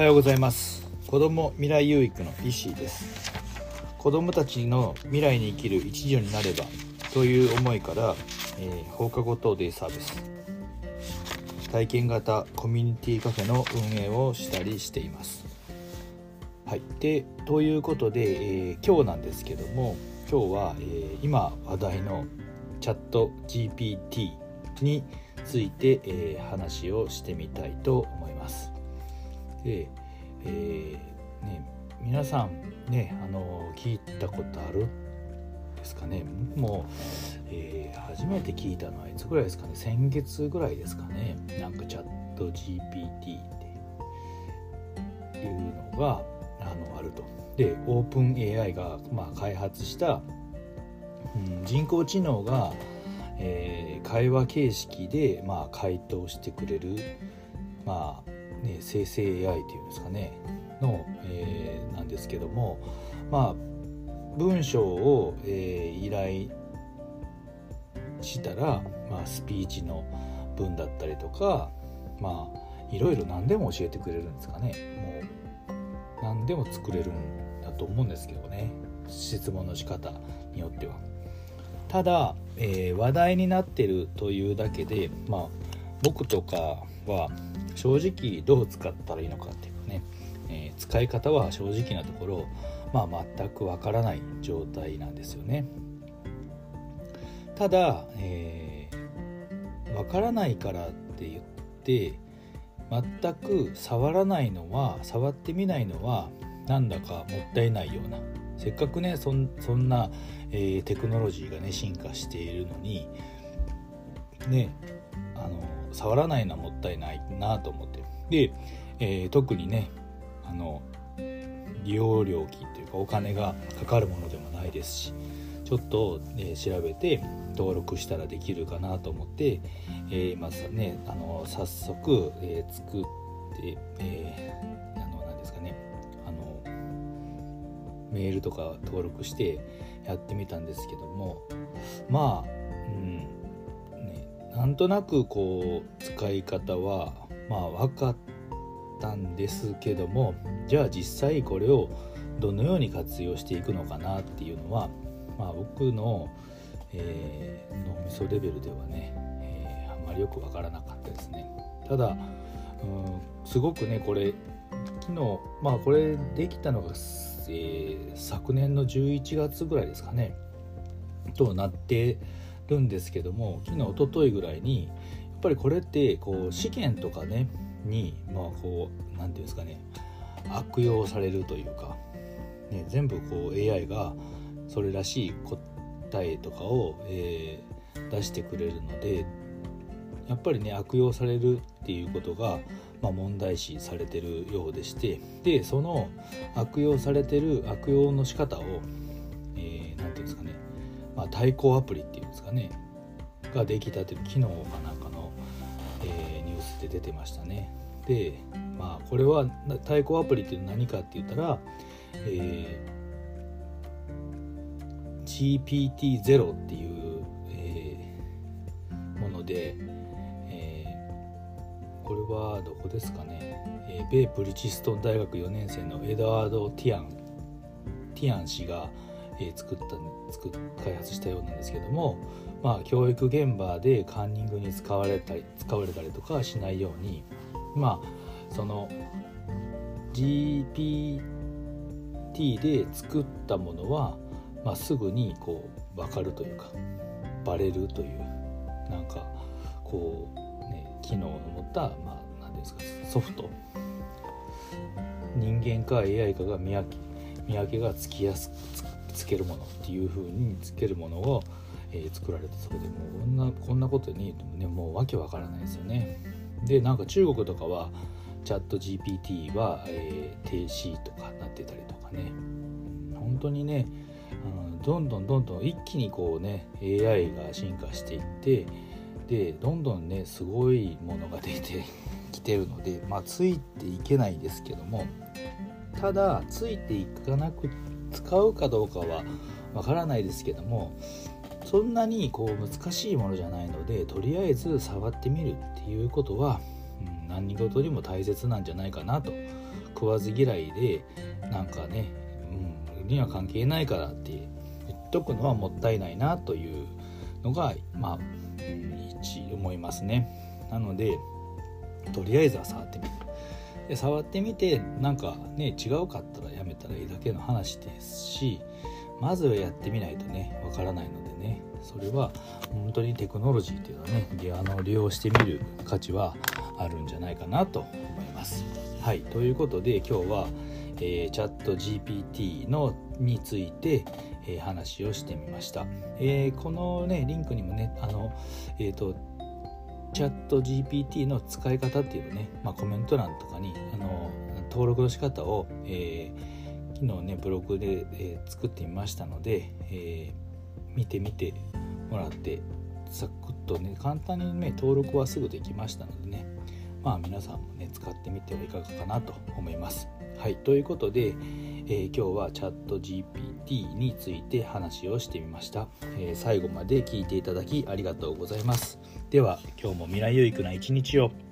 はようございます。子ども未来有育の石井です。子どもたちの未来に生きる一助になればという思いから、放課後等デイサービス体験型コミュニティカフェの運営をしたりしています。はい、でということで、今日なんですけども、今日は、今話題のチャット GPT について、話をしてみたいと思います。で、皆さんね、聞いたことあるですかね。もう、初めて聞いたのはいつぐらいですかね。先月ぐらいですかね。なんかチャット GPT っていうのがあると。で、オープン AI が、開発した、人工知能が、会話形式で、回答してくれる、生成 AI っていうんですかねの、なんですけども、文章を、依頼したら、スピーチの文だったりとか、いろいろ何でも教えてくれるんですかね。もう何でも作れるんだと思うんですけどね、質問の仕方によっては。ただ、話題になってるというだけで、僕とかは正直どう使ったらいいのかっていうかね、使い方は正直なところ、全くわからない状態なんですよね。ただ、わからないからって言って全く触ってみないのはなんだかもったいないような、せっかくねそんな、テクノロジーがね進化しているのにね、触らないのはもったいないなと思って、で、特にね利用料金というかお金がかかるものでもないですし、ちょっと、調べて登録したらできるかなと思って、まずね早速、作って、何ですかね、メールとか登録してやってみたんですけども、なんとなくこう使い方は分かったんですけども、じゃあ実際これをどのように活用していくのかなっていうのは、僕の、脳みそレベルではね、あんまりよく分からなかったですね。ただ、すごくねこれ昨日、これできたのが、昨年の11月ぐらいですかねとなってるんですけども、昨日一昨日ぐらいにやっぱりこれってこう試験とかねにこうなんていうんですかね、悪用されるというか、全部こう AI がそれらしい答えとかを、出してくれるので、やっぱりね悪用されるっていうことが、問題視されてるようでして、でその悪用されてる悪用の仕方を、なんていうんですかね、対抗アプリっていうんですかねができたという機能かなんかの、ニュースで出てましたね。でこれは対抗アプリっていうのは何かって言ったら、GPT-0 っていう、もので、これはどこですかね、米ブリヂストン大学4年生のエドワード・ティアン氏が、開発したようなんですけども、教育現場でカンニングに使われたりとかしないように、その GPT で作ったものは、すぐにこう分かるというかバレるという、なんかこうね機能を持った、何ですか、ソフト、人間か AI かが見分けがつけるものっていう風につけるものを、作られたそうで、もうこんなことにねもうわけわからないですよね。でなんか中国とかはチャット GPT は、停止とかなってたりとかね、本当にねどんどん一気にこうね AI が進化していって、でどんどんねすごいものが出てきてるので、ついていけないですけども、ただついていかなく使うかどうかはわからないですけども、そんなにこう難しいものじゃないので、とりあえず触ってみるっていうことは、何事にも大切なんじゃないかなと食わず嫌いでなんかね、には関係ないからって言っとくのはもったいないなというのが思いますね。なのでとりあえずは触ってみる。で触ってみてなんかね違うかったらやめたらいいだけの話ですし、まずはやってみないとねわからないのでね、それは本当にテクノロジーっていうのはね利用してみる価値はあるんじゃないかなと思います。はい、ということで今日は、チャット GPT について、話をしてみました。このねリンクにもねチャット GPT の使い方っていうのね、コメント欄とかに登録の仕方を、昨日ねブログで、作ってみましたので、見てみてもらってサクッとね簡単にね登録はすぐできましたのでね、皆さんもね使ってみてはいかがかなと思います。はい、ということで、今日はチャット GPT について話をしてみました。最後まで聞いていただきありがとうございます。では今日も未来有益な一日を。